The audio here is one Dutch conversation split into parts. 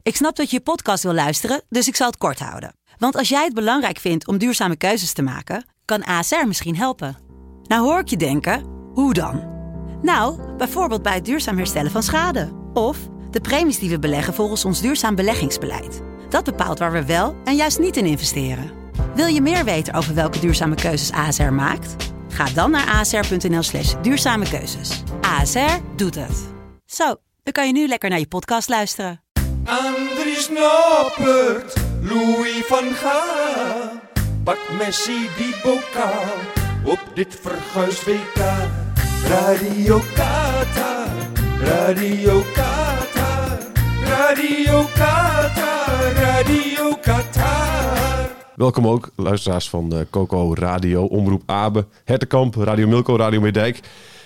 Ik snap dat je podcast wil luisteren, dus ik zal het kort houden. Want als jij het belangrijk vindt om duurzame keuzes te maken, kan ASR misschien helpen. Nou hoor ik je denken, hoe dan? Nou, bijvoorbeeld bij het duurzaam herstellen van schade. Of de premies die we beleggen volgens ons duurzaam beleggingsbeleid. Dat bepaalt waar we wel en juist niet in investeren. Wil je meer weten over welke duurzame keuzes ASR maakt? Ga dan naar asr.nl/duurzame keuzes. ASR doet het. Zo, dan kan je nu lekker naar je podcast luisteren. Andries Noppert, Louis van Gaal, pak Messi die bokaal op dit verguisd WK. Radio Qatar, Radio Qatar, Radio Qatar, Radio Qatar. Welkom ook, luisteraars van Coco Radio, Omroep Abe, Hertenkamp, Radio Milko, Radio Meerdijk.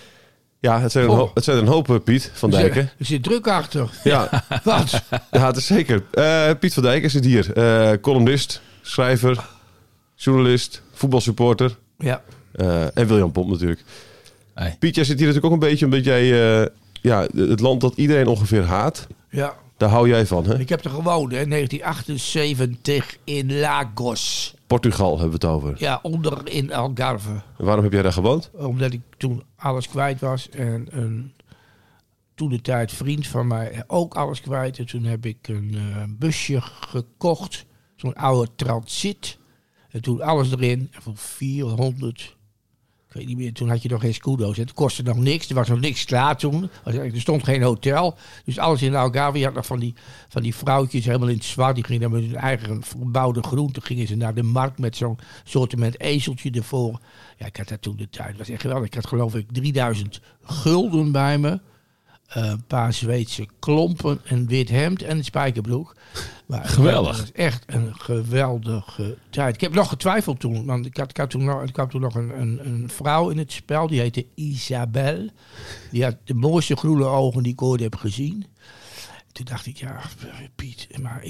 Ja, het zijn een hoop, Piet van Dijken. Er zit druk achter. Ja. Wat? Ja, het is zeker. Piet van Dijken zit hier. Columnist, schrijver, journalist, voetbalsupporter. Ja. En William Pomp natuurlijk. Hey. Piet, jij zit hier natuurlijk ook een beetje omdat jij het land dat iedereen ongeveer haat. Ja. Daar hou jij van, hè? Ik heb er gewoond, hè, 1978 in Lagos. Portugal hebben we het over. Ja, onder in Algarve. En waarom heb jij daar gewoond? Omdat ik toen alles kwijt was en een toentertijd vriend van mij ook alles kwijt. En toen heb ik een busje gekocht, zo'n oude Transit. En toen alles erin, en voor 400... Ik weet niet meer, toen had je nog geen scudo's. Het kostte nog niks, er was nog niks klaar toen. Er stond geen hotel. Dus alles in Algarve. Je had nog van die vrouwtjes helemaal in het zwart. Die gingen dan met hun eigen verbouwde groenten. Gingen ze naar de markt met zo'n soortement ezeltje ervoor. Ja, ik had dat toen de tijd. Het was echt geweldig. Ik had geloof ik 3000 gulden bij me. Een paar Zweedse klompen, een wit hemd en een spijkerbroek. Maar geweldig. Dat was echt een geweldige tijd. Ik heb nog getwijfeld toen. Want ik had toen nog een vrouw in het spel. Die heette Isabel. Die had de mooiste groene ogen die ik ooit heb gezien. Toen dacht ik, ja, Piet, maar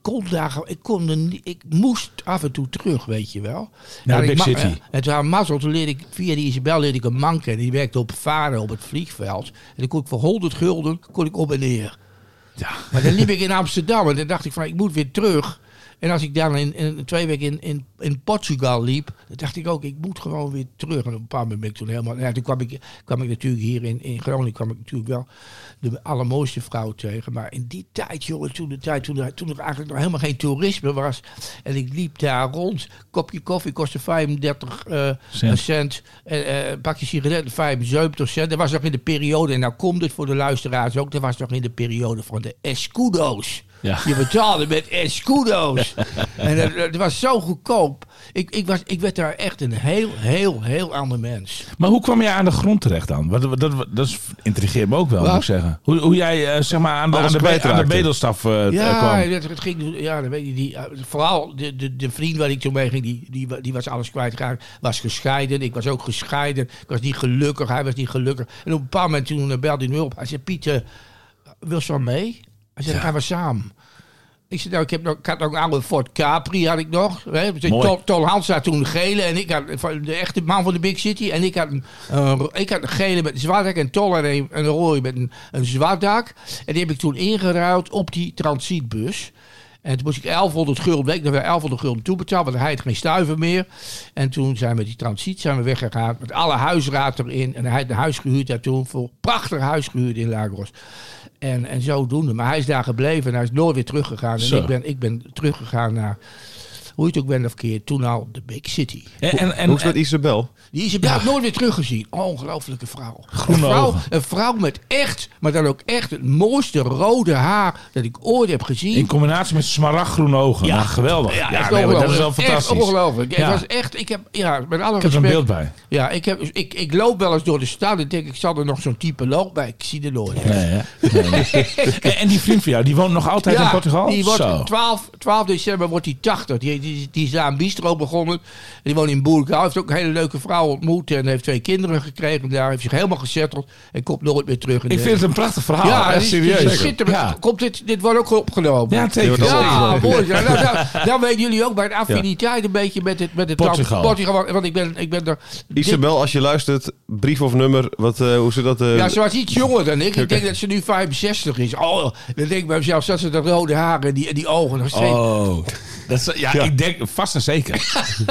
ik moest af en toe terug, weet je wel. Naar de Big City. En toen had mazzel, toen leerde ik, via die Isabel leerde ik een man kennen. Die werkte op varen op het vliegveld. En dan kon ik voor 100 gulden op en neer. Ja. Maar dan liep ik in Amsterdam en dan dacht ik van, ik moet weer terug. En als ik dan in 2 weken in Portugal liep, dan dacht ik ook, ik moet gewoon weer terug. En op een bepaald moment ben ik toen helemaal... Ja, toen kwam ik natuurlijk hier in Groningen, kwam ik natuurlijk wel de allermooiste vrouw tegen. Maar in die tijd, jongen, toen er eigenlijk nog helemaal geen toerisme was. En ik liep daar rond. Kopje koffie kostte 35 cent. Een pakje sigaretten 75 cent. Dat was nog in de periode, en nou komt het voor de luisteraars ook, dat was nog in de periode van de escudo's. Ja. Je betaalde met escudo's. En dat was zo goedkoop. Ik werd daar echt een heel ander mens. Maar hoe kwam jij aan de grond terecht dan? Dat intrigeert me ook wel, moet ik zeggen. Hoe jij zeg maar aan de bedelstaf kwam. Het ging, ja, dan weet je, vooral de vriend waar ik toen mee ging, die was alles kwijtgeraakt. Was gescheiden. Ik was ook gescheiden. Ik was niet gelukkig. Hij was niet gelukkig. En op een bepaald moment toen belde hij me op. Hij zei, Piet, wil je wel mee? Hij zei, dan gaan we samen. Ik zei, nou, ik had nog een oude Ford Capri, had ik nog. Tol Hans had toen een gele en ik had de echte man van de Big City. En ik had een gele met een zwart dak en Tol en een rode met een zwart dak. En die heb ik toen ingeruild op die transitbus. En toen moest ik 1100 gulden, ik nog weer 1100 gulden toebetaald, want hij had geen stuiver meer. En toen zijn we met die transit weggegaan met alle huisraad erin. En hij had een huis gehuurd daar toen, voor een prachtig huis gehuurd in Lagos. En zodoende. Maar hij is daar gebleven en hij is nooit weer teruggegaan. En ik ben teruggegaan naar, hoe je het ook bent of keer, toen al de Big City. Hoe is het met Isabel? Die Isabel heb ik nooit weer teruggezien. Ongelooflijke vrouw. Groene Een vrouw met echt, maar dan ook echt het mooiste rode haar dat ik ooit heb gezien. In combinatie met smaragdgroene ogen. Ja, geweldig. Ja, dat is wel fantastisch. Echt ongelooflijk. Ja. Het was echt, met alle Ik heb respect, er een beeld bij. Ja, ik loop wel eens door de stad en denk ik zal er nog zo'n type lopen bij. Ik zie er nooit. Nee. En die vriend van jou, die woont nog altijd in Portugal? Die wordt 12 december wordt hij 80. Die die is daar een bistro begonnen. En die woont in Boerkaal. Heeft ook een hele leuke vrouw ontmoet. En heeft 2 kinderen gekregen. Daar heeft zich helemaal gesetteld. En komt nooit meer terug. Ik vind het een prachtig verhaal. Ja, echt serieus. Komt dit wordt ook opgenomen. Ja, zeker. Ja, mooi. Dan weten jullie ook bij de affiniteit een beetje met het Portugal. Want ik ben er... Isabel, als je luistert, brief of nummer, hoe zit dat? Ja, ze was iets jonger dan ik. Ik denk dat ze nu 65 is. Oh, dan denk ik bij mezelf, dat ze dat rode haar en die ogen nog steeds... Oh, ik denk vast en zeker.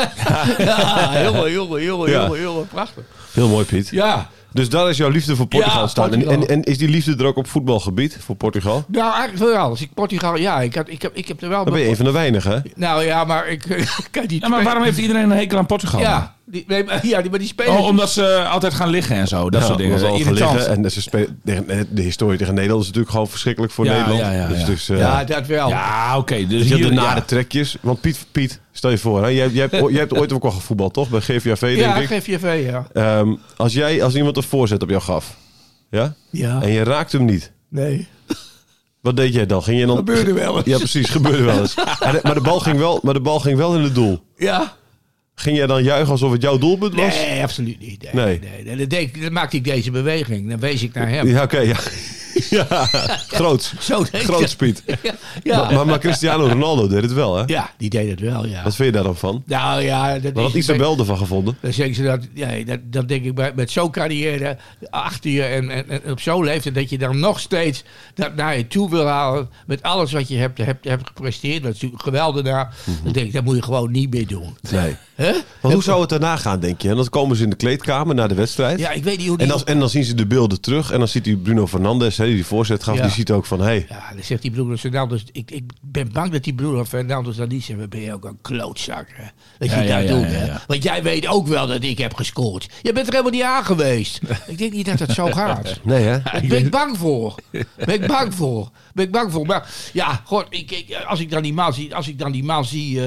Heel prachtig. Heel mooi, Piet. Ja. Dus daar is jouw liefde voor Portugal Ja, staan. Portugal. En is die liefde er ook op voetbalgebied voor Portugal? Nou, eigenlijk wel. Als ik Portugal... Ja, ik heb er wel... Dan ben je een van de weinigen, hè? Nou ja, maar ik kan niet... Ja, maar waarom heeft iedereen een hekel aan Portugal? Ja, maar die spelers... Oh, omdat ze altijd gaan liggen en zo. Dat soort dingen. Dat is Irritant. liggen. En ze spelen, de historie tegen Nederland is natuurlijk gewoon verschrikkelijk voor Nederland. Ja, dat wel. Ja, oké. Dus Dus je hier, hebt de nare trekjes. Want Piet, stel je voor, hè, je hebt ooit ook al gevoetbald, toch? Bij GVAV, denk ik. Ja, GVAV, ja. Als iemand een voorzet op jou gaf, ja? Ja. En je raakt hem niet. Nee. Wat deed jij dan? Ging je dan... Gebeurde wel eens. Ja, precies. Gebeurde wel eens. Maar de bal ging wel in het doel. Ja. Ging jij dan juichen alsof het jouw doelpunt was? Nee, absoluut niet. Nee. Dan maakte ik deze beweging. Dan wees ik naar hem. Ja, oké. Ja. Ja, groots. Zo denk Groots, Piet. Ja. Maar Cristiano Ronaldo deed het wel, hè? Ja, die deed het wel, ja. Wat vind je daar dan van? Nou ja... Wat had Isabel ervan gevonden? Dan zeggen ze dat denk ik met zo'n carrière achter je en op zo'n leeftijd dat je dan nog steeds dat naar je toe wil halen met alles wat je hebt gepresteerd. Dat is natuurlijk geweldig daar. Dan denk ik, dat moet je gewoon niet meer doen. Nee. Huh? Maar hoe zou het daarna gaan, denk je? En dan komen ze in de kleedkamer na de wedstrijd. Ja, ik weet niet hoe die... En dan zien ze de beelden terug. En dan ziet u Bruno Fernandes, die die voorzet gaf. Ja. Die ziet ook van, Ja, dan zegt die Bruno Fernandes... Ik ben bang dat die Bruno Fernandes dan niet zegt... Ben je ook een klootzak, hè? Dat je dat doet, hè? Want jij weet ook wel dat ik heb gescoord. Je bent er helemaal niet aan geweest. Ik denk niet dat het zo gaat. Nee, hè? Daar ben ik bang voor. Ben ik bang voor. Maar ja, god, als ik dan die maal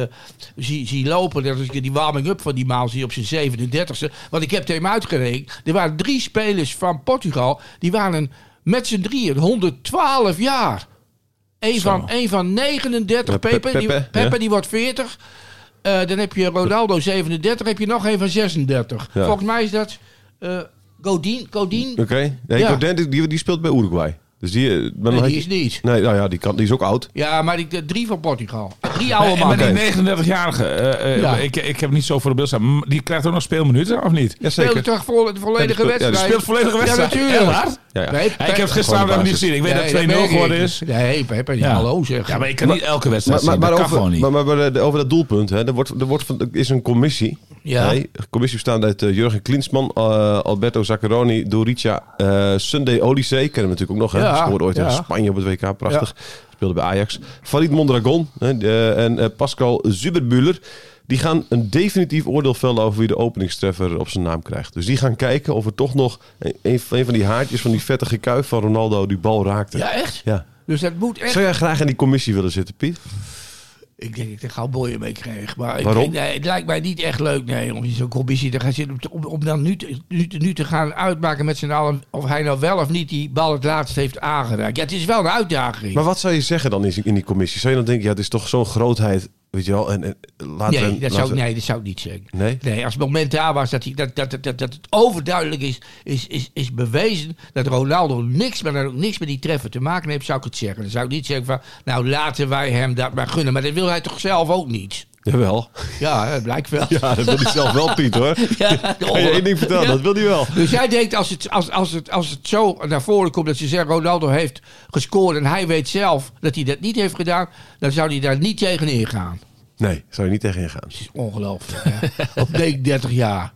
zie lopen... Dat ik die warming-up van die maal zie op zijn 37e... Want ik heb hem uitgerekend. Er waren 3 spelers van Portugal... Die waren met z'n drieën 112 jaar. Eén van 39. Ja, Pepe die wordt 40. Dan heb je Ronaldo 37. Heb je nog een van 36. Ja. Volgens mij is dat... Godin. Oké. Nee, Ja. Godin, die speelt bij Uruguay. Dus die is niet. Nee, nou ja, die is ook oud. Ja, maar 3 van Portugal. 3 oude Maar mannen. die 39-jarige, Ja. ik heb niet zo voor de beeld staan. Die krijgt ook nog speelminuten, of niet? Ja, Speelde zeker. toch de volledige Ja, die wedstrijd? Speelt volledige wedstrijd. Ja, natuurlijk. Echt waar? Ja. Nee, Ik heb het gisteravond Gewoon de niet gezien. Ik weet Nee, dat dat 2-0 merk ik. geworden is. Nee, Pepe, Ja. hallo zeg. Ja, maar ik kan niet elke wedstrijd zien. Maar Dat kan gewoon niet. over dat doelpunt, hè, er is een commissie. Ja. Nee, een commissie bestaande uit Jurgen Klinsmann, Alberto Zaccheroni, Dorica, Sunday Olise, kennen we natuurlijk ook nog. Hè? Ja, Scoorde ooit in ja. Spanje op het WK, prachtig. Speelde bij Ajax. Farid Mondragon en Pascal Zuberbühler. Die gaan een definitief oordeel vellen over wie de openingstreffer op zijn naam krijgt. Dus die gaan kijken of er toch nog een van die haartjes van die vettige kuif van Ronaldo die bal raakte. Ja, echt? Ja. Dus dat moet echt... Zou jij graag in die commissie willen zitten, Piet? Ik denk dat ik er gauw boeien mee kreeg. Maar Waarom? Het lijkt mij niet echt leuk om in zo'n commissie te gaan zitten. Om dan nu te gaan uitmaken met z'n allen of hij nou wel of niet die bal het laatst heeft aangeraakt. Ja, het is wel een uitdaging. Maar wat zou je zeggen dan in die commissie? Zou je dan denken, ja, het is toch zo'n grootheid, weet je wel? En Dat zou ik niet zeggen. Nee? Nee, als het moment daar was dat het overduidelijk is bewezen dat Ronaldo niks met die treffer te maken heeft, zou ik het zeggen. Dan zou ik niet zeggen van, nou laten wij hem dat maar gunnen. Maar dat wil hij toch zelf ook niet? Jawel. Ja, het blijkt wel. Ja, dat wil hij zelf wel, Piet, hoor. Ja, Kan je één ding vertellen, Ja. dat wil hij wel. Dus jij denkt als het zo naar voren komt dat ze zeggen Ronaldo heeft gescoord en hij weet zelf dat hij dat niet heeft gedaan, dan zou hij daar niet tegen ingaan. Nee, zou je niet tegenin gaan. Dat is ongelooflijk. Hè? Op 39 jaar.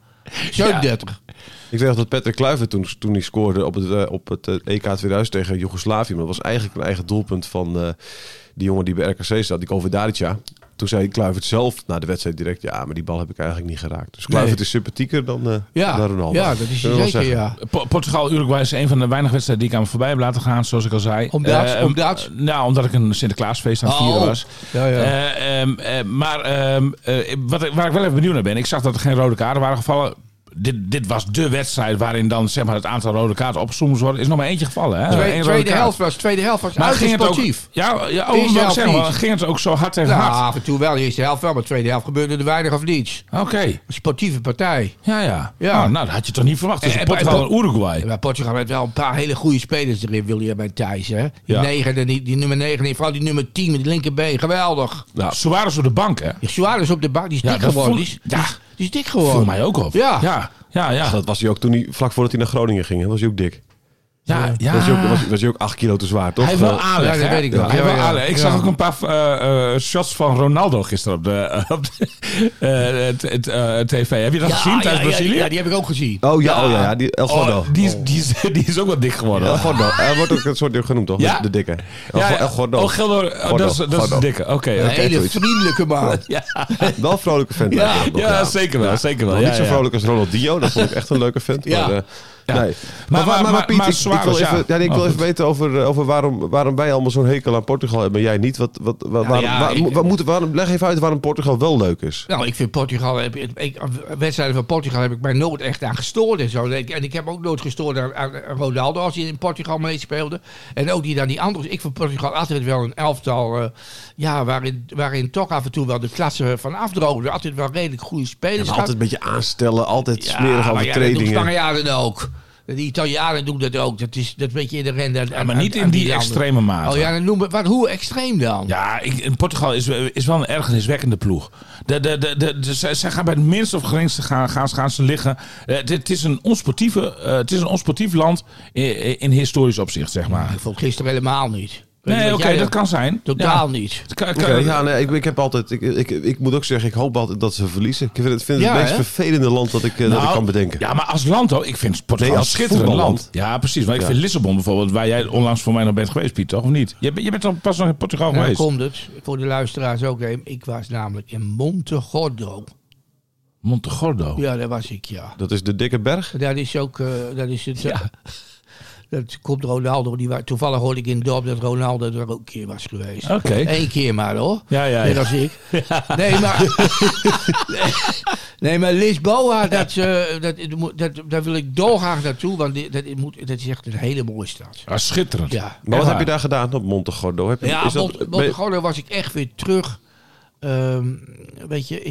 37. Ik weet nog dat Patrick Kluivert toen hij scoorde op het EK 2000 tegen Joegoslavië. Maar dat was eigenlijk een eigen doelpunt van die jongen die bij RKC zat, die Kovedarica. Toen zei Kluivert zelf na de wedstrijd direct, ja, maar die bal heb ik eigenlijk niet geraakt. Dus Kluivert is sympathieker dan Ronaldo. Ja, dat is Kunnen we wel zeker, zeggen. ja. Portugal-Uruguay is een van de weinige wedstrijden die ik aan me voorbij heb laten gaan, zoals ik al zei. Omdat? Nou, omdat ik een Sinterklaasfeest aan het vieren was. Ja. Waar ik wel even benieuwd naar ben, ik zag dat er geen rode kaarten waren gevallen. dit was de wedstrijd waarin dan zeg maar het aantal rode kaarten opgesomd wordt. Is nog maar eentje gevallen. Hè? Tweede helft was uiterst sportief. Ging het ook zo hard tegen hard? Af en toe wel. De eerste helft wel, maar de tweede helft gebeurde er weinig of niets. Oké. Een sportieve partij. Ja. Nou, dat had je toch niet verwacht. Tussen Portugal en Uruguay. Maar Portugal heeft wel een paar hele goede spelers erin, William en Thijs. Hè? Die nummer 9 en vooral die nummer 10 met die linkerbeen. Geweldig. Nou, Suarez op de bank, hè? Suarez op de bank. Die is dik geworden. Die is dik geworden. Voor mij ook op. Ja. Dat was hij ook toen vlak voordat hij naar Groningen ging. Was hij ook dik. Ja. Was hij ook 8 kilo te zwaar, toch? Hij heeft wel aanleg, dat weet ik wel. Hij heeft wel aanleg. Ik zag ook een paar shots van Ronaldo gisteren op de tv. Heb je dat gezien tijdens Brazilië? Ja, die heb ik ook gezien. Oh ja. Die El Gordo. Die is ook wel dik geworden. El Gordo. Hij wordt ook een soort genoemd, toch? Ja? De dikke. El Gordo. Oh, Gordo. Dat is de dikke. Oké. Een hele vriendelijke man. Wel een vrolijke vent. Ja, zeker wel. Niet zo vrolijk als Ronaldinho. Dat vond ik echt een leuke vent. Ja. Nee. Maar Piet, ik wil even weten over waarom wij allemaal zo'n hekel aan Portugal hebben en jij niet. Leg even uit waarom Portugal wel leuk is. Nou, ik vind Portugal... wedstrijden van Portugal heb ik mij nooit echt aan gestoord en zo. En ik heb ook nooit gestoord aan Ronaldo als hij in Portugal meespeelde. En ook die anderen. Ik vind Portugal altijd wel een elftal... waarin toch af en toe wel de klasse van afdroogde. Altijd wel redelijk goede spelers. Ja, altijd een beetje aanstellen, altijd smerig over trainingen. Dat doen Spanjaarden ook. De Italianen doen dat ook. Dat is een beetje in de rende. Maar niet in die extreme mate. Oh ja, hoe extreem dan? Ja, Portugal is wel een ergerniswekkende ploeg. Zij gaan bij het minste of geringste gaan ze liggen. Het is een onsportief land in historisch opzicht, zeg maar. Ik vond het gisteren helemaal niet. Nee, oké, dat kan zijn. Totaal niet. Ik heb altijd... Ik moet ook zeggen, ik hoop altijd dat ze verliezen. Ik vind het meest vervelende land dat ik kan bedenken. Ja, maar als land hoor. Ik vind Portugal een schitterend land. Ja, precies. Maar ik vind Lissabon bijvoorbeeld, waar jij onlangs voor mij nog bent geweest, Piet, toch? Of niet? Je bent al pas nog in Portugal geweest. Komt het. Voor de luisteraars ook even. Ik was namelijk in Montegordo. Montegordo? Ja, daar was ik, ja. Dat is de dikke berg? Dat is ook... dat is het... Dat komt Ronaldo. Toevallig hoorde ik in het dorp dat Ronaldo er ook een keer was geweest. Oké. 1 keer maar hoor. Ja. Net als ik. Ja. Nee, maar Lisboa, daar wil ik dolgraag naartoe. Want dat is echt een hele mooie stad. Ah, schitterend. Ja. Maar wat heb je daar gedaan op Montegordo? Montegordo was ik echt weer terug. Weet je,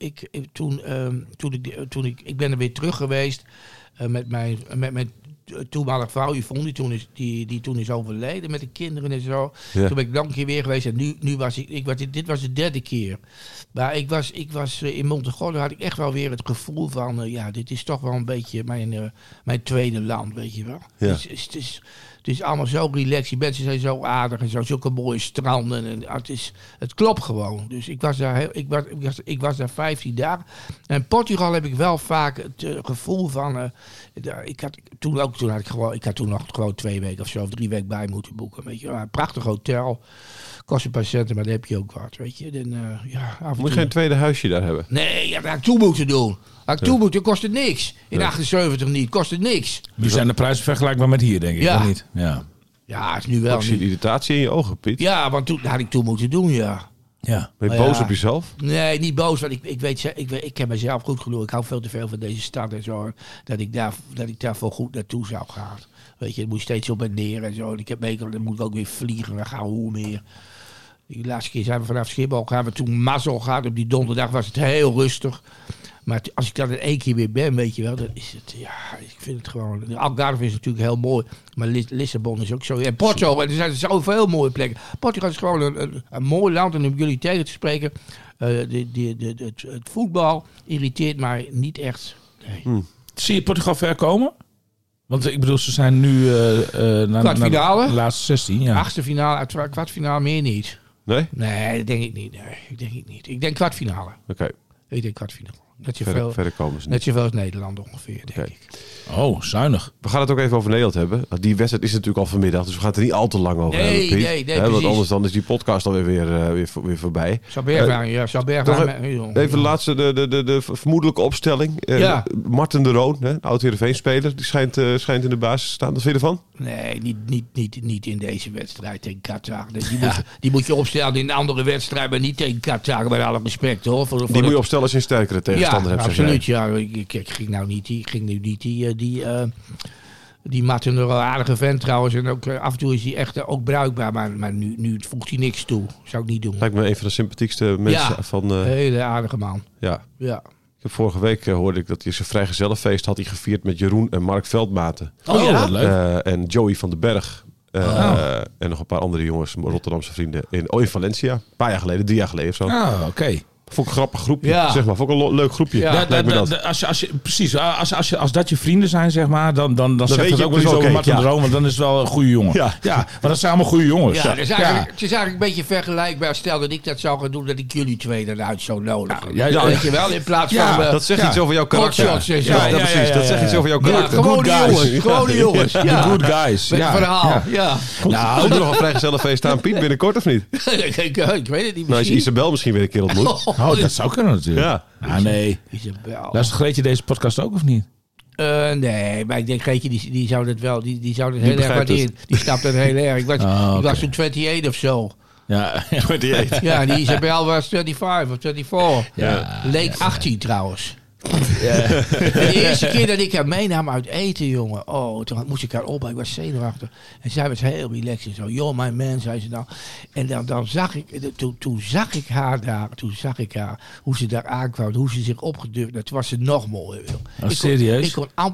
ik ben er weer terug geweest met mijn toenmalige vrouw Yvonne, die toen is overleden met de kinderen en zo. Ja. Toen ben ik dan een keer weer geweest en nu was dit was de 3e keer. Maar ik was in Montegordo, had ik echt wel weer het gevoel van, dit is toch wel een beetje mijn tweede land, weet je wel. Ja. Het is allemaal zo relaxed, die mensen zijn zo aardig en zo, zulke mooie stranden. En het klopt gewoon. Dus ik was daar 15 dagen. En Portugal heb ik wel vaak het gevoel van... Ik had toen nog gewoon 2 weken of zo, of 3 weken bij moeten boeken. Weet je, een prachtig hotel. Kost een paar centen, maar dan heb je ook wat, weet je. Moet je geen tweede huisje daar hebben? Nee, dat had ik toe moeten doen. Dan kost het niks. In 78 niet, kost het niks. Nu zijn de prijzen vergelijkbaar met hier, denk ik. Ja. Of niet? Ja, is nu wel. Ik zie de irritatie in je ogen, Piet. Ja, want toen had ik toe moeten doen, ja. Ja. Ben je boos op jezelf? Nee, niet boos, want ik ken mezelf goed genoeg. Ik hou veel te veel van deze stad en zo. Dat ik daar voor goed naartoe zou gaan. Weet je, het moet steeds op en neer en zo. En ik heb meegemaakt, dan moet ik ook weer vliegen. Dan gaan we hoe meer. De laatste keer zijn we vanaf Schiphol gaan we toen Mazzel gehad. Op die donderdag was het heel rustig. Maar als ik dan in 1 keer weer ben, weet je wel, dan is het, ik vind het gewoon... Algarve is natuurlijk heel mooi, maar Lissabon is ook zo. En Porto, er zijn zoveel mooie plekken. Portugal is gewoon een mooi land en om jullie tegen te spreken, het voetbal irriteert mij niet echt. Nee. Zie je Portugal ver komen? Want ik bedoel, ze zijn nu naar de laatste 16. Ja. 8e finale, kwartfinale meer niet. Nee? Nee, dat denk ik niet. Ik denk kwartfinale. Oké. Ik denk kwartfinale. Verder komen ze niet. Net zoveel als Nederland ongeveer, denk ik. Oh, zuinig. We gaan het ook even over Nederland hebben. Die wedstrijd is natuurlijk al vanmiddag, dus we gaan het er niet al te lang over hebben, Piet. Nee, want anders dan is die podcast alweer weer voorbij. Even de laatste, de vermoedelijke opstelling. Marten de Roon, oud-Heerenveen-speler, die schijnt in de basis te staan. Wat vind je ervan? Nee, niet in deze wedstrijd tegen Qatar. Die moet je opstellen in een andere wedstrijd, maar niet tegen Qatar, met alle respect, hoor. Die moet je opstellen als je een sterkere tegenstander tegenstander hebt. Absoluut. Ja, ik ging nu niet die Martin een aardige vent trouwens. En ook af en toe is hij echt ook bruikbaar. Maar nu voegt hij niks toe. Zou ik niet doen. Lijkt me een van de sympathiekste mensen van... Een hele aardige man. Ja. Ja. Vorige week hoorde ik dat hij zijn vrijgezellenfeest had hij gevierd met Jeroen en Mark Veldmaten. Oh, wat leuk. En Joey van den Berg. En nog een paar andere jongens, Rotterdamse vrienden. In Valencia. Een paar jaar geleden, 3 jaar geleden of zo. Oké. Vond ik een grappig groepje, Ja. zeg maar. Vond ik een leuk groepje. Ja. Als dat je vrienden zijn, zeg maar, dan zegt weet het je ook wel iets dus over oké, Martin ja. de Roon, want dan is het wel een goede jongen. Ja. Maar dat zijn allemaal goede jongens. Ja, het is eigenlijk een beetje vergelijkbaar. Stel dat ik dat zou gaan doen, dat ik jullie twee eruit zou nodigen. Ja. Weet je wel, in plaats Ja, van... Dat zegt iets over jouw karakter. hotshots en zo. Ja, precies. Dat zegt iets over jouw karakter. Gewone jongens. Gewone jongens. The Ja. good guys. Met een verhaal. Ja. Nou, komt er nog een vrijgezellenfeest aan, Piet, binnenkort of niet? Ik weet het niet. Nou, is Isabel misschien weer een keer ontmoet. Oh, dat zou kunnen natuurlijk. Ja. Nee. Isabel. Luistert Greetje deze podcast ook of niet? Nee, maar ik denk Greetje, die zou dat wel, die zou dat Die heel erg begrijpt waarderen. Die snapt dat heel erg. Ik was toen 28 of zo. Ja. Ja, die Isabel was 25 of 24. Ja. Leek 18 trouwens. En de eerste keer dat ik haar meenam uit eten, jongen. Oh, toen moest ik haar op. Ik was zenuwachtig. En zij was heel relaxed en zo. Yo, my man, zei ze dan. En dan zag ik, toen zag ik haar daar. Toen zag ik haar, hoe ze daar aankwam. Hoe ze zich opgedurfd. Dat was ze nog mooier. Serieus?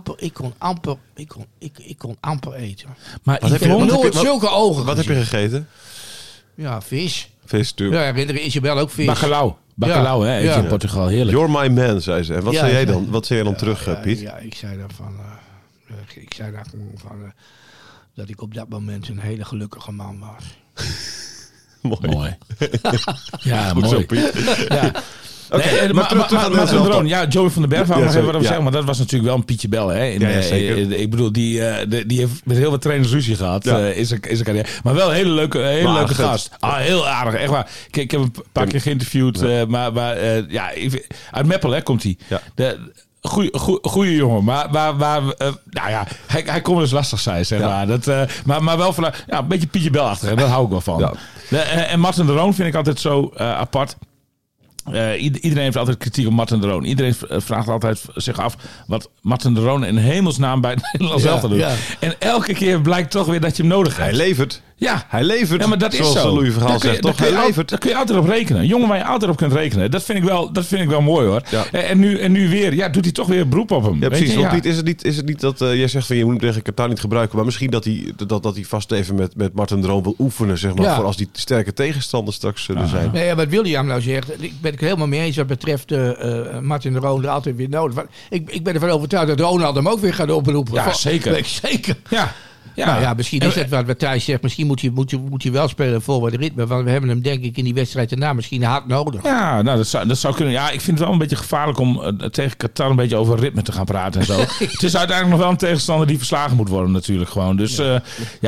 Ik kon amper eten. Maar Wat heb je- Yvonne- wat heb Nooit zulke ogen Wat heb je gezien. gegeten? Ja, vis. Vis, natuurlijk. Ja, herinner je Isabel ook vis. Bacalhau, hè? Eet je Ja. in Portugal. Heerlijk. You're my man, zei ze. En wat Ja, zei jij ja. dan? Wat zei jij dan terug, Piet? Ja, ik zei daar van... ik zei daar gewoon van... dat ik op dat moment een hele gelukkige man was. Mooi. Ja, Goed mooi. zo, Piet. Ja. Oké, maar terug aan Martin Nelson. de Roon. Ja, Joey van den Berg, wou Ja, nog even wat sorry, we zeggen. ja. Maar dat was natuurlijk wel een Pietje Bel. Hè? Ja, zeker. Ik bedoel, die heeft met heel wat trainers ruzie gehad. Ja. Is zijn carrière. Maar wel een hele leuke aardig gast. Heel aardig. Echt waar. Ik heb hem een paar keer geïnterviewd. Uit Meppel hè, komt hij. Ja. Goeie jongen, maar hij kon dus lastig zijn, zeg maar. Maar wel vanuit, een beetje Pietje Bel-achtig. Daar hou ik wel van. Ja. En Martin de Roon vind ik altijd zo apart. Iedereen heeft altijd kritiek op Martin de Roon. Iedereen vraagt altijd zich af wat Martin de Roon in hemelsnaam bij het Nederlands elftal doet. Ja. En elke keer blijkt toch weer dat je hem nodig hebt. Hij levert. Ja. Hij levert. Ja, maar dat is zoals zo. Louis Vergaal zegt, toch? Hij levert. Daar kun je altijd op rekenen. Een jongen waar je altijd op kunt rekenen. Dat vind ik wel mooi, hoor. Ja. En nu weer, doet hij toch weer beroep op hem. Ja, Weet precies. je? Want Ja. Piet, is het niet dat jij zegt van je moet hem tegen Qatar niet gebruiken, maar misschien dat hij vast even met Martin de Roon wil oefenen, zeg maar, Ja. voor als die sterke tegenstanders straks zullen zijn. Nee, wat William nou zegt, ik ben het helemaal mee eens wat betreft Martin de Roon er altijd weer nodig. Want ik ben ervan overtuigd dat Ronald hem ook weer gaat oproepen. Ja, zeker. Weet ik zeker. Ja. Nou ja, misschien is het wat Thijs zegt. Misschien moet hij wel spelen voor het ritme. Want we hebben hem denk ik in die wedstrijd daarna misschien hard nodig. Ja, nou, dat zou kunnen. Ja, ik vind het wel een beetje gevaarlijk om tegen Qatar een beetje over ritme te gaan praten en zo. Het is uiteindelijk nog wel een tegenstander die verslagen moet worden natuurlijk gewoon. Dus goed.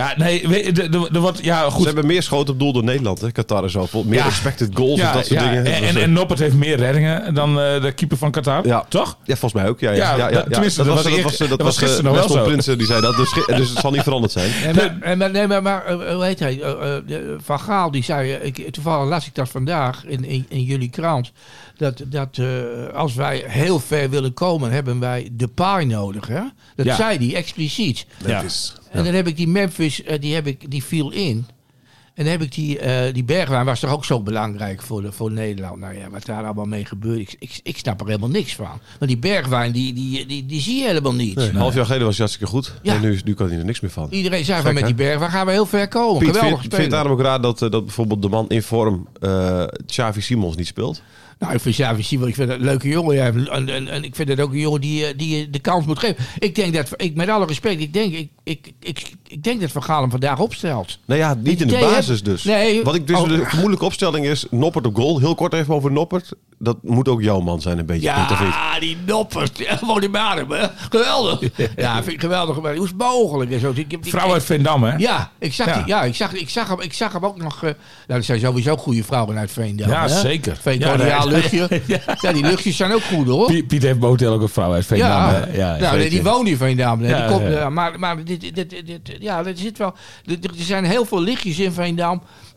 Ze hebben meer schoten op doel dan Nederland, hè? Qatar en zo. Meer expected goals of dat soort dingen. En Noppert heeft meer reddingen dan de keeper van Qatar. Ja. Toch? Ja, volgens mij ook. Ja. Tenminste, dat was gisteren nog wel Weston zo. Prinsen die zei dat. Dus het zal niet veranderd zijn. Maar hoe heet hij? Van Gaal die zei, toevallig las ik dat vandaag in jullie krant, dat als wij heel ver willen komen, hebben wij Depay nodig. Hè? Dat zei hij expliciet. Ja. En dan heb ik die Memphis, die viel in. En dan heb ik die Bergwijn, was toch ook zo belangrijk voor Nederland. Nou ja, wat daar allemaal mee gebeurt, ik snap er helemaal niks van. Maar die Bergwijn, die zie je helemaal niet. Een half jaar geleden was hij hartstikke goed. Ja. En nu kan hij er niks meer van. Iedereen zei van Gek, met hè? die Bergwijn gaan we heel ver komen. Piet, Geweldig vind spelen. daarom ook raar dat bijvoorbeeld de man in vorm Xavi Simons niet speelt? Nou, ik vind Xavi Simons, ik vind het een leuke jongen. Ja. En ik vind het ook een jongen die je de kans moet geven. Ik denk dat, met alle respect, ik denk dat Van Gaal hem vandaag opstelt. Nou ja, niet in de idee basis heb- dus. Nee. Wat ik dus de vermoedelijke opstelling is, Noppert op goal. Heel kort even over Noppert. Dat moet ook jouw man zijn een beetje. Piet, of niet? Ja, die Noppert. Ja, gewoon in Adem, hè. Geweldig. Ja, vind ik geweldig. Hoe is het mogelijk? En zo. Vrouw uit Veendam, hè? Ja, ik zag hem ook nog. Nou, dat zijn sowieso goede vrouwen uit Veendam. Ja, hè? zeker. Veenkoloniaal luchtje. Ja, die luchtjes zijn ook goed, hoor. Piet heeft momenteel ook een vrouw uit Veendam. Ja, hè? Ja, nou, zeker. die woont in Veendam. Ja, Maar er zit wel. Er zijn heel veel lichtjes in Veendam.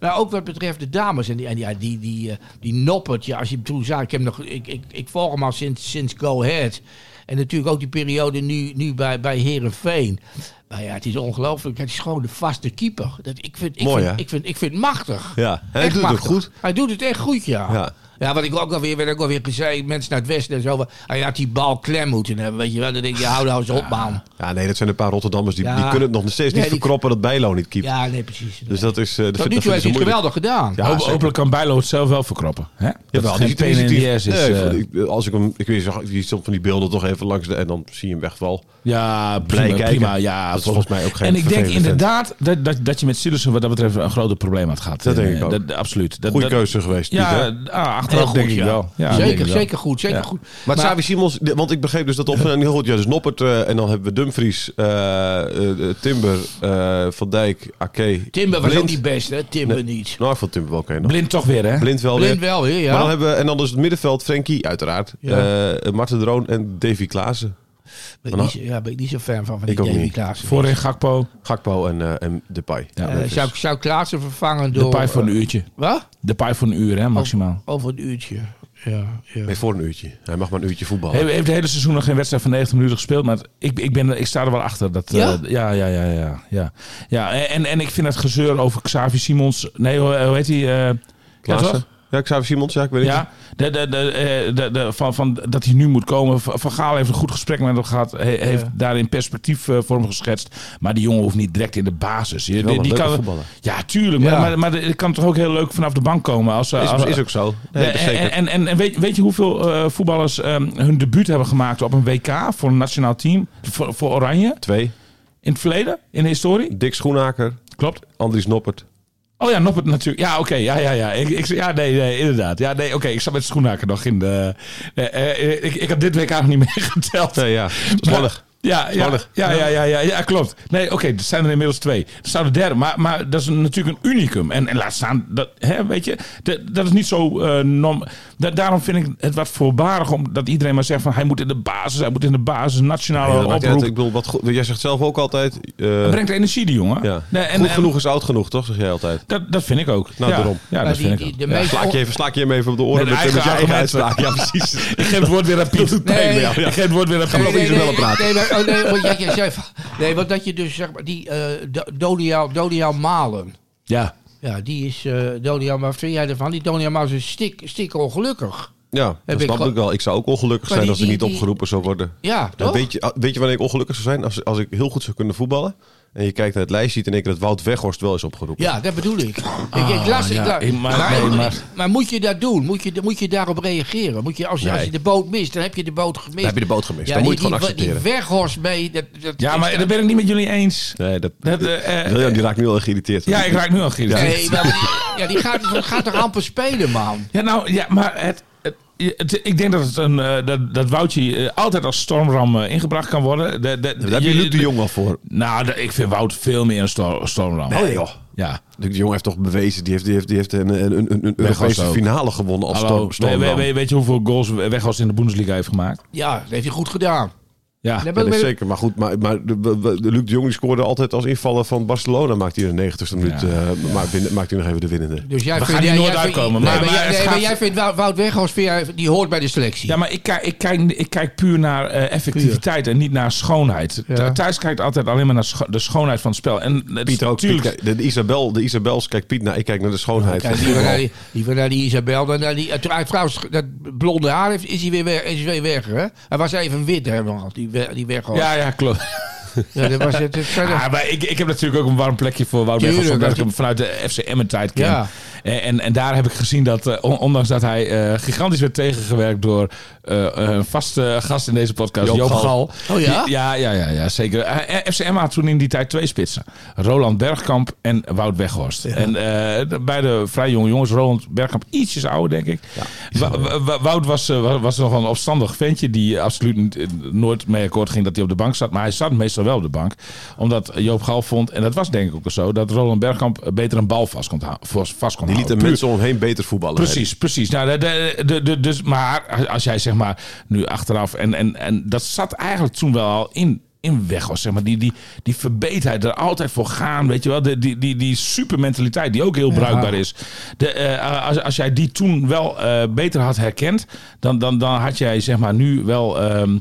Nou, ook wat betreft de dames. Die Noppert, als je hem toen zag. Ik volg hem al sinds Go Ahead. En natuurlijk ook die periode nu bij Heerenveen. Maar ja, het is ongelooflijk. Het is gewoon de vaste keeper. Ik vind het machtig. Ja, en hij doet het goed. Hij doet het echt goed, ja. Ja, wat ik ook alweer gezegd, mensen naar het westen en zo. Hij had die bal klem moeten hebben, weet je wel. Dan denk je, hou nou eens op, man. Ja, nee, dat zijn een paar Rotterdammers die kunnen het nog steeds niet verkroppen dat Bijlo niet keept. Ja, nee, precies. Dus dat is... Tot nu toe heeft hij het geweldig gedaan. Ja, hopelijk kan Bijlo het zelf wel verkroppen. Hè? Jawel, geen pain in the ass is. Als ik hem... Ik weet niet, die stond van die beelden toch even langs en dan zie je hem wegval. Ja, prima. Ja, dat is volgens mij ook geen. En ik denk inderdaad dat je met Sillissen wat dat betreft een groter probleem had gehad. Dat denk ik ook. Absoluut. Goede keuze geweest. Ja, achteraf denk ik wel. Ja, zeker goed. Maar Xavi Simons, want ik begreep dus dat heel goed. Ja, dus Noppert en dan hebben we Dumfries, Timber, Van Dijk, Ake. Timber was ook niet best, hè? Timber niet. Nou, ik vond Timber wel oké nog. Blind toch weer, hè? Blind wel weer, ja. Maar dan hebben we, en dan dus het middenveld, Frenkie, uiteraard. Marten de Roon en Davy Klaassen. Ben ik niet zo fan van die Davy Klaassen. Voorin Gakpo en Depay. Ja, zou Klaassen vervangen door... Depay voor een uurtje. Wat? Depay voor een uur, hè, maximaal. Over een uurtje. Ja. Nee, voor een uurtje. Hij mag maar een uurtje voetballen. Hij heeft het hele seizoen nog geen wedstrijd van 90 minuten gespeeld. Maar ik sta er wel achter. Dat, ja. En ik vind het gezeur over Xavi Simons... Nee, hoe heet hij? Klaassen? Ja, Xavi Simons, ja, ik weet het. Van dat hij nu moet komen. Van Gaal heeft een goed gesprek met hem gehad. Heeft daarin perspectief voor hem geschetst. Maar die jongen hoeft niet direct in de basis. Die kan voetballen. Ja, tuurlijk. Ja. Maar het kan toch ook heel leuk vanaf de bank komen. Is ook zo. Nee, zeker. En weet je hoeveel voetballers hun debuut hebben gemaakt op een WK voor een nationaal team? Voor Oranje? 2. In het verleden? In de historie? Dick Schoenhaker. Klopt. Andries Noppert. Oh ja, Noppert natuurlijk. Ja, oké. Ja. Nee, inderdaad. Ja, nee, oké. Ik zat met Schoenhaker nog in de... Ik heb dit week eigenlijk niet meer geteld. Nee, ja. Spannend. Ja, klopt. Nee, oké, er zijn er inmiddels 2. Er zou de derde, maar dat is natuurlijk een unicum. En laat staan, weet je, dat is niet zo... daarom vind ik het wat voorbarig omdat iedereen maar zegt van hij moet in de basis, nationale oproep. Ik bedoel, jij zegt zelf ook altijd... Het brengt energie, die jongen. Ja. Goed genoeg is oud genoeg, toch? Zeg jij altijd. Dat vind ik ook. Nou, daarom. Ja, dat vind ik ook. Slaak je hem even op de oren met je eigen uitspraak. Ja, precies. Ik geef het woord weer aan Piet. Ik geef het woord weer aan Piet. Want dat je dus zeg maar die Donial Malen. Ja. Ja, die is Donial. Maar wat vind jij ervan? Die Donial Malen is stik ongelukkig. Ja, dat snap ik wel. Ik zou ook ongelukkig zijn als ik niet opgeroepen zou worden. Ja, toch? Weet je wanneer ik ongelukkig zou zijn? Als ik heel goed zou kunnen voetballen. En je kijkt naar het lijstje, ziet en ik dat Wout Weghorst wel is opgeroepen. Ja, dat bedoel ik. Maar moet je dat doen? Moet je daarop reageren? Als je de boot mist, dan heb je de boot gemist. Dan heb je de boot gemist. Dan moet je het gewoon accepteren. Die Weghorst mee... maar dat ben ik niet met jullie eens. Nee, die raakt nu al geïrriteerd. Ja, ik raak nu al geïrriteerd. Nee, die gaat toch amper spelen, man? Ja, nou, ja, maar ik denk dat Woutje altijd als stormram ingebracht kan worden. Daar heb je Luc de Jong wel voor. Nou, ik vind Wout veel meer een stormram. Nee, joh. Ja. Luc de Jong heeft toch bewezen. Die heeft een Europese finale gewonnen als stormram. Weet je hoeveel goals Weghorst in de Bundesliga heeft gemaakt? Ja, dat heeft hij goed gedaan. Ja, dat is zeker. Maar goed, maar Luc de Jong die scoorde altijd als invaller van Barcelona. Maakt hij in de 90ste minuut. Maakt hij nog even de winnende. Dus jij gaat niet nooit uitkomen. Maar jij vindt Wout Weghorst, die hoort bij de selectie. Ja, maar ik kijk puur naar effectiviteit en niet naar schoonheid. Ja. Thijs kijkt altijd alleen maar naar de schoonheid van het spel. En Piet ook. De Isabels kijkt Piet naar. Ik kijk naar de schoonheid. Liever naar die Isabel dan naar die... Trouwens, dat blonde haar is hij weer weg. Hè? Hij was even wit helemaal. Die Weghorst. Ja, klopt. Ja, dat was het. Maar ik heb natuurlijk ook een warm plekje voor Wout Weghorst, omdat ik hem vanuit de FC Emmen tijd ken. Ja. En daar heb ik gezien dat, ondanks dat hij gigantisch werd tegengewerkt door een vaste gast in deze podcast, Joop Gal. Oh ja? Ja, zeker. FC Emmen had toen in die tijd 2 spitsen. Roland Bergkamp en Wout Weghorst. Ja. En beide vrij jonge jongens. Roland Bergkamp ietsjes ouder, denk ik. Ja, Wout was nog een opstandig ventje die absoluut nooit mee akkoord ging dat hij op de bank zat. Maar hij zat meestal wel op de bank. Omdat Joop Gal vond, en dat was denk ik ook zo, dat Roland Bergkamp beter een bal vast kon houden. Die liet de mensen om hem heen beter voetballen. Precies. Nou, dus, maar als jij zeg maar nu achteraf... En dat zat eigenlijk toen wel al in in Weghorst, zeg maar. Die verbeterheid, er altijd voor gaan, weet je wel. Die supermentaliteit die ook heel bruikbaar is. Als jij die toen wel beter had herkend, dan had jij zeg maar nu wel...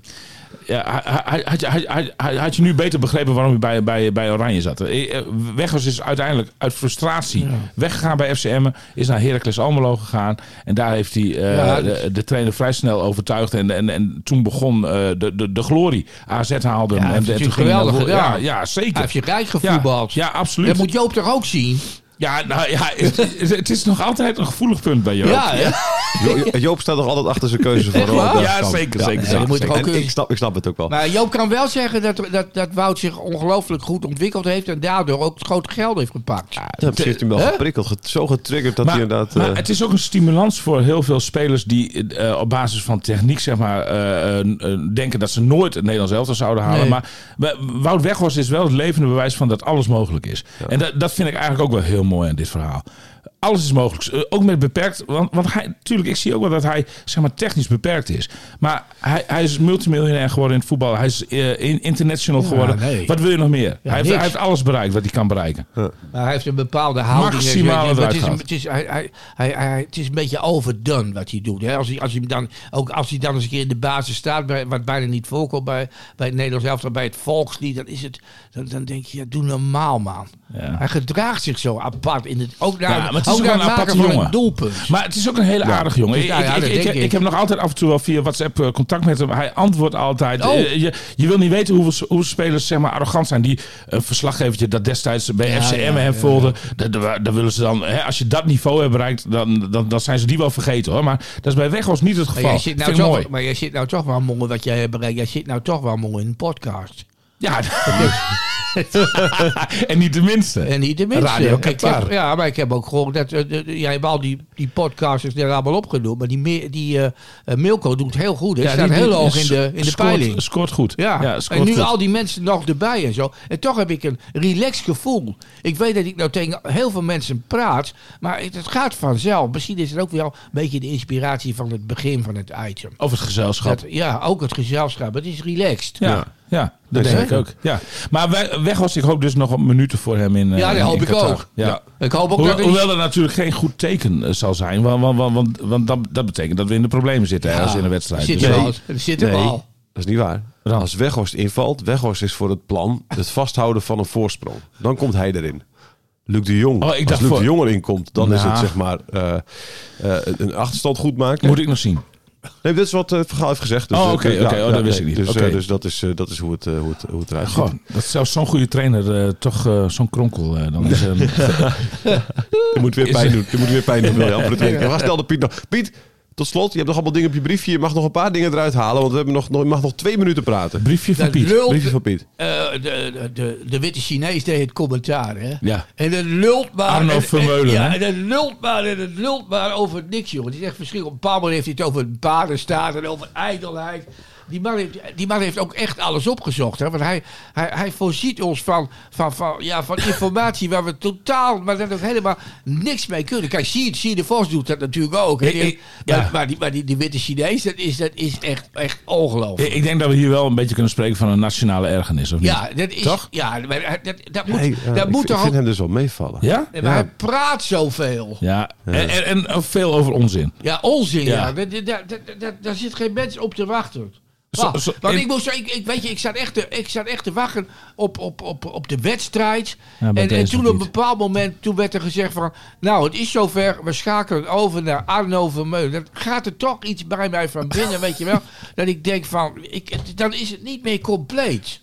had je nu beter begrepen waarom je bij Oranje zat. Weghorst is uiteindelijk uit frustratie weggegaan bij FC Emmen. Is naar Heracles Almelo gegaan. En daar heeft hij de trainer vrij snel overtuigd. En toen begon de glorie. AZ haalde hem. En toen geweldig gedaan. Ja, zeker. Hij heeft je rijk gevoetbald. Ja, absoluut. Dat moet Joop toch ook zien? Ja, nou ja, het is nog altijd een gevoelig punt bij Joop. Ja. Joop staat nog altijd achter zijn keuze van Ronald. Ja, zeker. Dat moet ook ik snap het ook wel. Maar Joop kan wel zeggen dat Wout zich ongelooflijk goed ontwikkeld heeft en daardoor ook het grote geld heeft gepakt. Ja, dat heeft hem wel geprikkeld, zo getriggerd dat hij inderdaad... Maar het is ook een stimulans voor heel veel spelers die op basis van techniek zeg maar denken dat ze nooit het Nederlands elftal zouden halen. Nee. Maar Wout Weghorst is wel het levende bewijs van dat alles mogelijk is. Ja. En dat vind ik eigenlijk ook wel heel mooi aan dit verhaal. Alles is mogelijk. Ook met beperkt. Want hij, natuurlijk, ik zie ook wel dat hij zeg maar technisch beperkt is. Maar hij is multimiljonair geworden in het voetbal. Hij is international geworden. Nee. Wat wil je nog meer? Ja, hij heeft alles bereikt wat hij kan bereiken. Ja. Maar hij heeft een bepaalde houding. Maximaal het is een beetje overdone wat hij doet. Hè? Als hij dan eens een keer in de basis staat, wat bijna niet voorkomt bij het Nederlands elftal, bij het volkslied, dan is het. Dan denk je, doe normaal, man. Ja. Hij gedraagt zich zo apart in het. Ook naar het maken van een doelpunt. Maar het is ook een hele aardige jongen. Ik heb nog altijd af en toe wel via WhatsApp contact met hem. Hij antwoordt altijd. Je wil niet weten hoeveel spelers zeg maar arrogant zijn. Die verslaggevertje dat destijds bij FC Emmen volgde. Daar willen ze dan. Als je dat niveau hebt bereikt, dan zijn ze die wel vergeten hoor. Maar dat is bij Weghorst niet het geval. Maar jij zit nou toch wel mooi wat jij hebt bereikt. Jij zit nou toch wel mooi in een podcast. Ja, en niet de minste. Radio Qatar. Maar ik heb ook gehoord dat jij hebt al die podcasters er allemaal opgenoemd. Maar die Milko doet heel goed. Hij staat heel hoog in de peiling. Scoort goed. Ja. En nu al die mensen nog erbij en zo. En toch heb ik een relaxed gevoel. Ik weet dat ik nou tegen heel veel mensen praat. Maar het gaat vanzelf. Misschien is het ook wel een beetje de inspiratie van het begin van het item. Of het gezelschap. Ook het gezelschap. Het is relaxed. Ja, dat denk ik ook. Ja. Maar Weghorst, ik hoop dus nog op minuten voor hem in dat hoop ik Qatar. ook. Ja. Ik hoop ook Hoewel dat natuurlijk geen goed teken zal zijn. Want dat betekent dat we in de problemen zitten als in een wedstrijd. Zitten we al. Dat is niet waar. Als Weghorst invalt, Weghorst is voor het plan het vasthouden van een voorsprong. Dan komt hij erin. Luc de Jong. Als Luc de Jong erin komt, dan is het zeg maar een achterstand goed maken. Moet ik nog zien. Nee, dit is wat Vergaal heeft gezegd. Dus, dat wist ik niet. Dus dat is hoe het eruit ziet. Dat is zelfs zo'n goede trainer toch zo'n kronkel. Dan is, je moet weer pijn doen. Je moet weer pijn doen. Waar stelde Piet nog? Piet, tot slot, je hebt nog allemaal dingen op je briefje. Je mag nog een paar dingen eruit halen, want je mag nog 2 minuten praten. Briefje van Piet. De witte Chinees deed het commentaar, hè? Ja. En het lult maar. Arno Vermeulen, en het lult maar over niks, jongen. Het is echt verschrikkelijk. Op een paar moment heeft hij het over paardenstaat en over ijdelheid. Die man heeft ook echt alles opgezocht. Hè? Want hij voorziet ons van informatie waar we totaal, maar dat ook helemaal niks mee kunnen. Kijk, zie je de Vos doet dat natuurlijk ook. Maar die witte Chinees, dat is echt ongelooflijk. Ik denk dat we hier wel een beetje kunnen spreken van een nationale ergernis, of niet? Ja, dat is toch? Ja, dat moet. Ik vind hem dus wel meevallen. Ja? Maar hij praat zoveel. Ja. En veel over onzin. Ja, onzin. Ja. Daar zit geen mens op te wachten. Want ik zat echt te wachten op de wedstrijd. Ja, en toen op een bepaald moment werd er gezegd van, nou, het is zover, we schakelen over naar Arno Vermeulen. Dan gaat er toch iets bij mij van binnen, weet je wel. Dat ik denk van, dan is het niet meer compleet.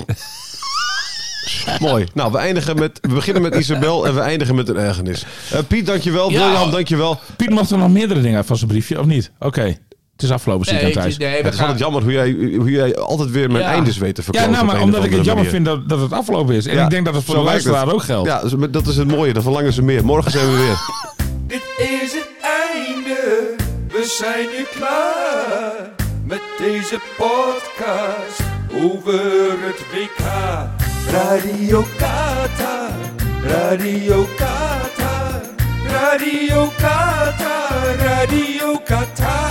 Mooi. Nou, we beginnen met Isabel en we eindigen met een ergernis. Piet, dankjewel. William, dankjewel. Piet mag er nog meerdere dingen uit van zijn briefje, of niet? Oké. Het is afgelopen, zie ik aan thuis. Het is altijd jammer hoe jij altijd weer mijn eindes weet te verkopen. Ja, maar omdat ik het jammer vind dat het afgelopen is. En ik denk dat het voor de luisteraar ook geldt. Ja, dat is het mooie. Dan verlangen ze meer. Morgen zijn we weer. Dit is het einde. We zijn nu klaar. Met deze podcast over het WK. Radio Qatar. Radio Qatar. Radio Qatar. Radio Qatar.